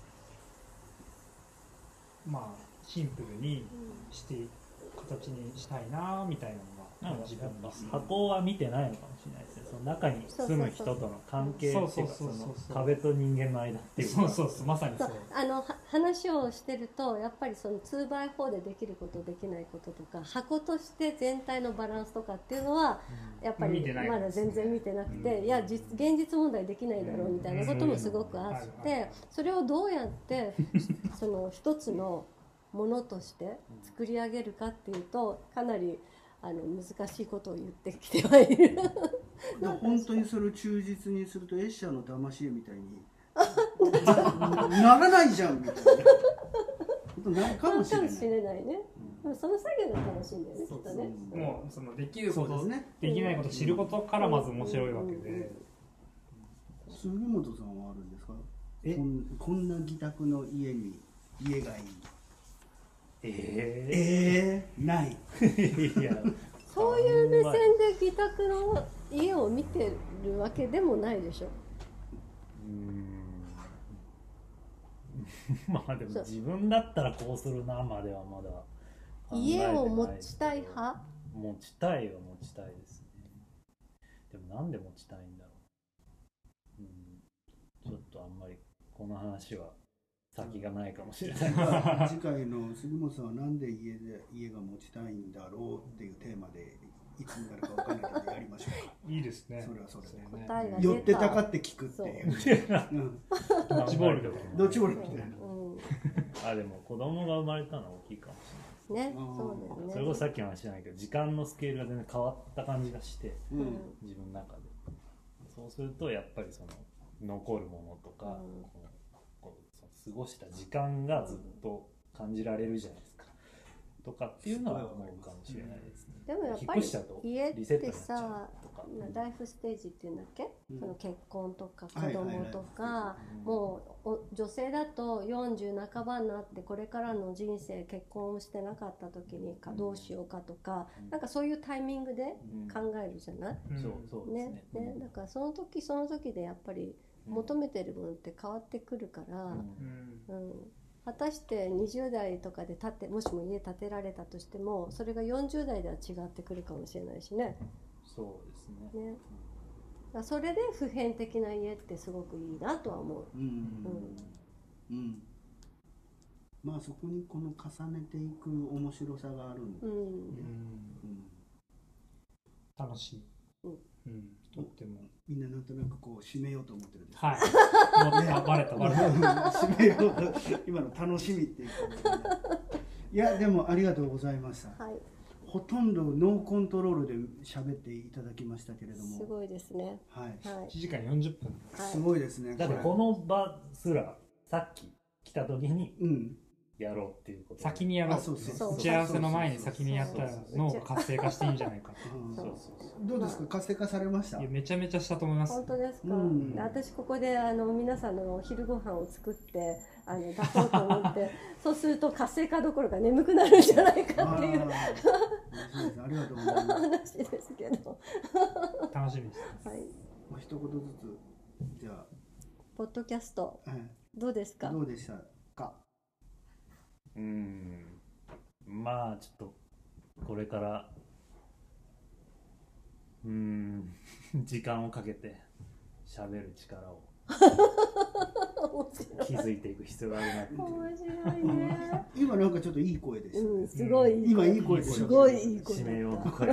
シンプルにして形にしたいなみたいなのが自分の箱は見てないのかもしれないですね。その中に住む人との関係っていうか、その壁と人間の間っていうか、 まさにそう話をしてると、やっぱりその 2x4 でできることできないこととか、箱として全体のバランスとかっていうのはやっぱりまだ全然見てなくて、いや現実問題できないだろうみたいなこともすごくあって、それをどうやってその一つのものとして作り上げるかっていうと、かなり難しいことを言ってきてはいる本当にそれを忠実にするとエッシャーの魂みたいにならないじゃんみたいなことになるかもしれないね。でもその作業が楽しいんだよね、きっとね。 もうそのできること、できないことを知ることからまず面白いわけで。 杉本さんはあるんですか？こんな自宅の家がいい。ないいやそういう目線で自宅の家を見てるわけでもないでしょ。 でも自分だったらこうするなまではまだ家を持ちたい派？ 持ちたいですね。でもなんで持ちたいんだろう。ちょっとあんまりこの話は先がないかもしれない次回の杉本さんはなんで家が持ちたいんだろうっていうテーマでいつになるか分からないけどやりましょうか。 いいですね。 それはそれで、 答えが寄ってたかって聞くっていう。 ドッジボールみたいな。 ドッジボールみたいな。 でも子供が生まれたのは大きいかもしれないね。そうだよね。 それこそさっきの話じゃないけど、時間のスケールが全然変わった感じがして、自分の中で。そうするとやっぱりその残るものとか、過ごした時間がずっと感じられるじゃないですか。とかっていうのは思うかもしれないですね。 でもやっぱり家ってさ、ライフステージっていうんだっけ、その結婚とか子供とか、もう女性だと40半ばになってこれからの人生結婚してなかった時にどうしようかとか、なんかそういうタイミングで考えるじゃない。 そうね。だからその時その時でやっぱり求めてるものって変わってくるから、果たして20代とかでもしも家建てられたとしても、それが40代では違ってくるかもしれないしね。 そうですね。 それで普遍的な家ってすごくいいなとは思う。 まあそこにこの重ねていく面白さがあるんで、 楽しい。とってもみんななんとなくこう締めようと思ってるんです。 はい。バレた。 締めようと今の楽しみっていう感じで。いやでもありがとうございました。ほとんどノーコントロールで喋っていただきましたけれども。 すごいですね。 1時間40分。 すごいですね。 だってこの場すらさっき来た時に。やろうっていうこと。 先にやろう。打ち合わせの前に先にやったら脳が活性化していいんじゃないか。 どうですか、活性化されました？ めちゃめちゃしたと思います。 本当ですか？私ここで皆さんのお昼ご飯を作って出そうと思ってそうすると活性化どころか眠くなるんじゃないかっていうありがとうございます話ですけど楽しみです。 一言ずつじゃあポッドキャストどうですか？ どうでしたか？ まあちょっとこれから時間をかけて喋る力を気づいていく必要があるなっていう。 面白いね。 今なんかちょっといい声でしたね。 すごい今いい声でした。 すごいいい声締めようと声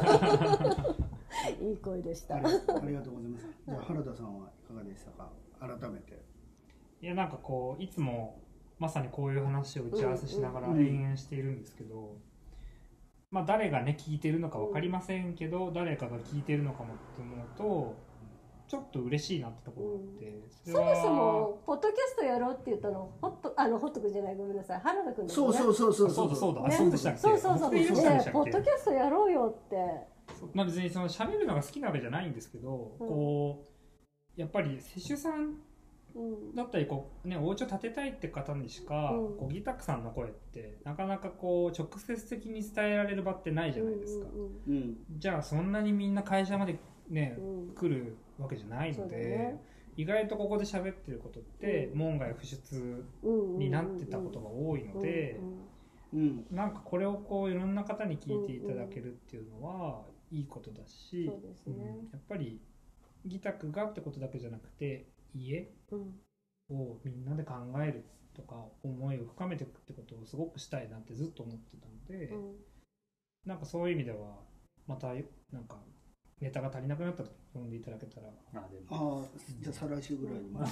いい声でした。 ありがとうございます。じゃあ原田さんはいかがでしたか？改めて。 いやなんかこういつもまさにこういう話を打ち合わせしながら延々しているんですけど、まあ誰がね聞いてるのか分かりませんけど、誰かが聞いてるのかもって思うとちょっと嬉しいなってところがあって、 そもそもポッドキャストやろうって言ったのホットくんじゃない、ごめんなさい、原田くんだよね。 そうだそうでしたっけ。ポッドキャストやろうよって。 まあ別にその喋るのが好きなわけじゃないんですけど、こうやっぱり施主さんだったりこう、ね、お家を建てたいって方にしか、こうギタクさんの声ってなかなかこう直接的に伝えられる場ってないじゃないですか。じゃあそんなにみんな会社まで、ね来るわけじゃないので、意外とここで喋ってることって門外不出になってたことが多いので、なんかこれをこういろんな方に聞いていただけるっていうのはいいことだし、やっぱりギタクがってことだけじゃなくて家をみんなで考えるとか思いを深めていくってことをすごくしたいなってずっと思ってたので、なんかそういう意味ではまたなんかネタが足りなくなったと呼んでいただけたら。 じゃあ再来週ぐらいに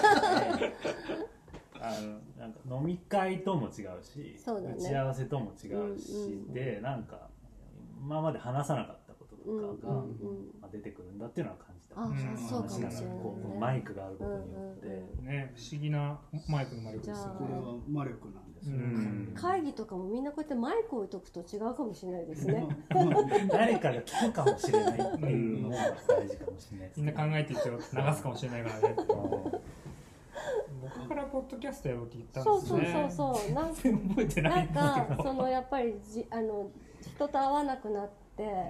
なんか飲み会とも違うし、打ち合わせとも違うしで、なんか今まで話さなかったこととかが出てくるんだっていうのは感じた。 そうかもしれないね。 マイクがあることによってね、不思議なマイクの魔力ですよね。 これは魔力なんですね。 会議とかもみんなこうやってマイクを置いとくと違うかもしれないですね。 誰かが聞くかもしれないっていうのが大事かもしれないです。 みんな考えて一応流すかもしれないからね。僕からポッドキャストやろうって言ったんですね。 そうなんか覚えてないんだけど、 そのやっぱり人と会わなくなって、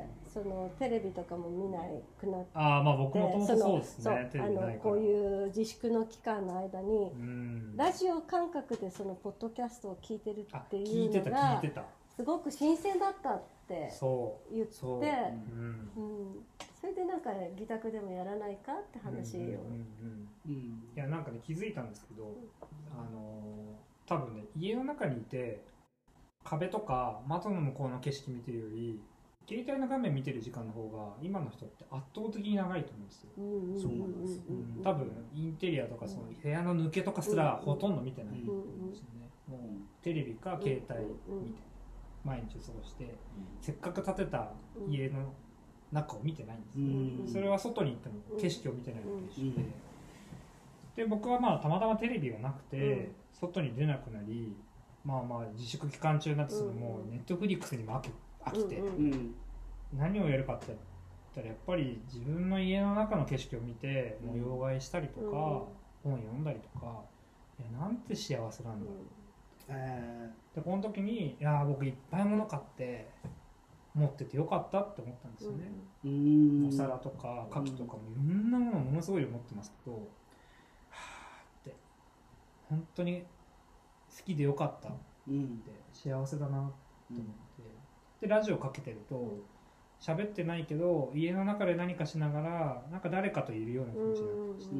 そのテレビとかも見なくなって、 まあ僕もそうですね。 こういう自粛の期間の間にラジオ感覚でそのポッドキャストを聞いてるっていうのがすごく新鮮だったって言って、それでなんか自宅でもやらないかって話を。 いやなんかね気づいたんですけど、多分ね家の中にいて壁とか窓の向こうの景色見てるより携帯の画面見てる時間の方が今の人って圧倒的に長いと思うんですよ。 そうなんです。 多分インテリアとかその部屋の抜けとかすらほとんど見てないんですよね。もうテレビか携帯見て毎日過ごして、せっかく建てた家の中を見てないんですよ。それは外に行っても景色を見てないわけでして、で僕はまあたまたまテレビがなくて外に出なくなり、まあ自粛期間中になってそのもうネットフリックスにも飽きて、何をやるかって言ったらやっぱり自分の家の中の景色を見て模様替えしたりとか、本読んだりとか、いやなんて幸せなんだろう、でこの時にいや僕いっぱい物買って持っててよかったって思ったんですよね。お皿とか牡蠣とかもいろんなものをものすごい持ってますけど、はーって本当に好きでよかったって幸せだなと思って、でラジオかけてると喋ってないけど家の中で何かしながらなんか誰かといるような気持ちになってました。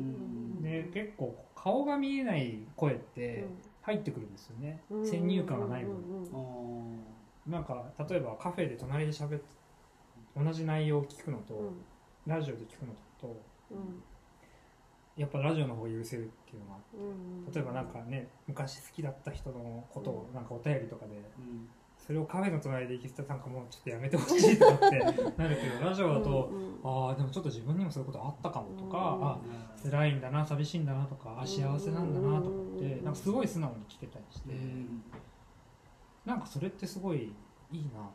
で結構顔が見えない声って入ってくるんですよね、先入観がない分。なんか例えばカフェで隣で喋って同じ内容を聞くのと、ラジオで聞くのと、やっぱラジオの方が許せるっていうのがあって、例えばなんかね昔好きだった人のことをなんかお便りとかで、それをカフェの隣で聞いてたらなんかもうちょっとやめてほしいとかってなるけど、ラジオだとああでもちょっと自分にもそういうことあったかもとか、あ辛いんだな寂しいんだなとか、あ幸せなんだなとかってなんかすごい素直に聞けたりして、なんかそれってすごいいいなと思って、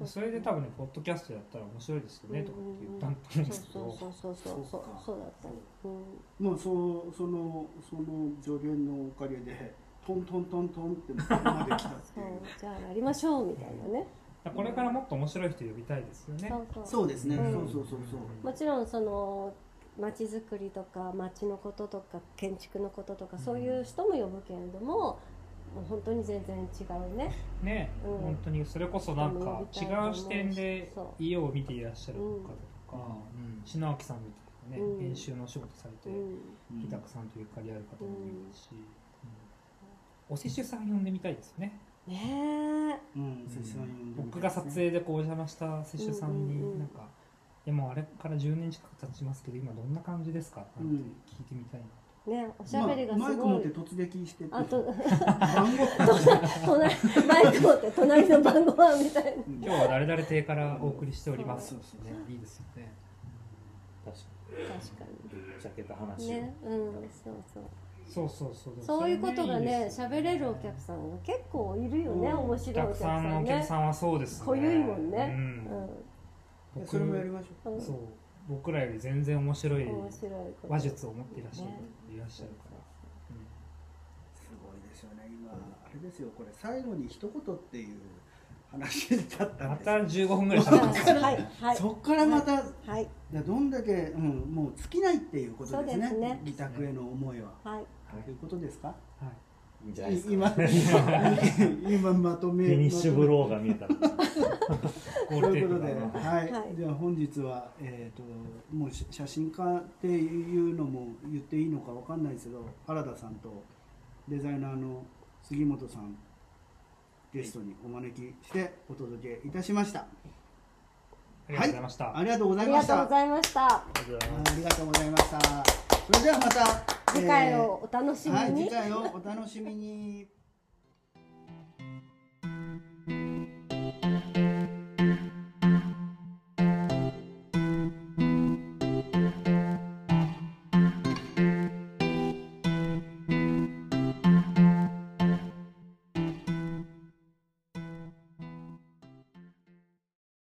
それで多分ねポッドキャストやったら面白いですよねとかって言ったんですけど、 そうだったね。 まあその助言のおかげでトントントントンってここまで来たっていうじゃあやりましょうみたいなね。 これからもっと面白い人呼びたいですよね。 そうですね。そうもちろんその街づくりとか街のこととか建築のこととかそういう人も呼ぶけれども、本当に全然違うね。 ね、本当にそれこそなんか違う視点で家を見ていらっしゃる方とか、篠脇さんみたいなね、編集の仕事されて日高さんというゆかりある方もいるし、お施主さん呼んでみたいですね。 ねえ、 僕が撮影でこうお邪魔した施主さんになんか、いやもうあれから10年近く経ちますけど今どんな感じですかなんて聞いてみたいな。 ね、おしゃべりがすごい。 マイク持って突撃してて、 マイク持って隣の番号はみたいな。 今日は誰々邸からお送りしております。いいですよね。 確かに。ぶっちゃけた話。 ね、 そういうことがね、喋れるお客さんが結構いるよね。面白いお客さんね。 お客さんはそうですね。 濃ゆいもんね。 それもやりましょう。 そう。僕らより全然面白い話術を持っていらっしゃるから、 すごいですよね。今あれですよ、これ最後に一言っていう話だったんです。 また15分ぐらい喋ってます。そこからまたどんだけもう尽きないっていうことですね。自宅への思いは。ということですか。はい。 いいんじゃないですか。今まとめ。 フィニッシュブローが見えた。 ということで、じゃあ本日はもう写真家っていうのも言っていいのかわかんないですけど、原田さんとデザイナーの杉本さんゲストにお招きしてお届けいたしました。 ありがとうございました。 ありがとうございました。 ありがとうございました。 ありがとうございました。それではまた次回をお楽しみに。 次回をお楽しみに。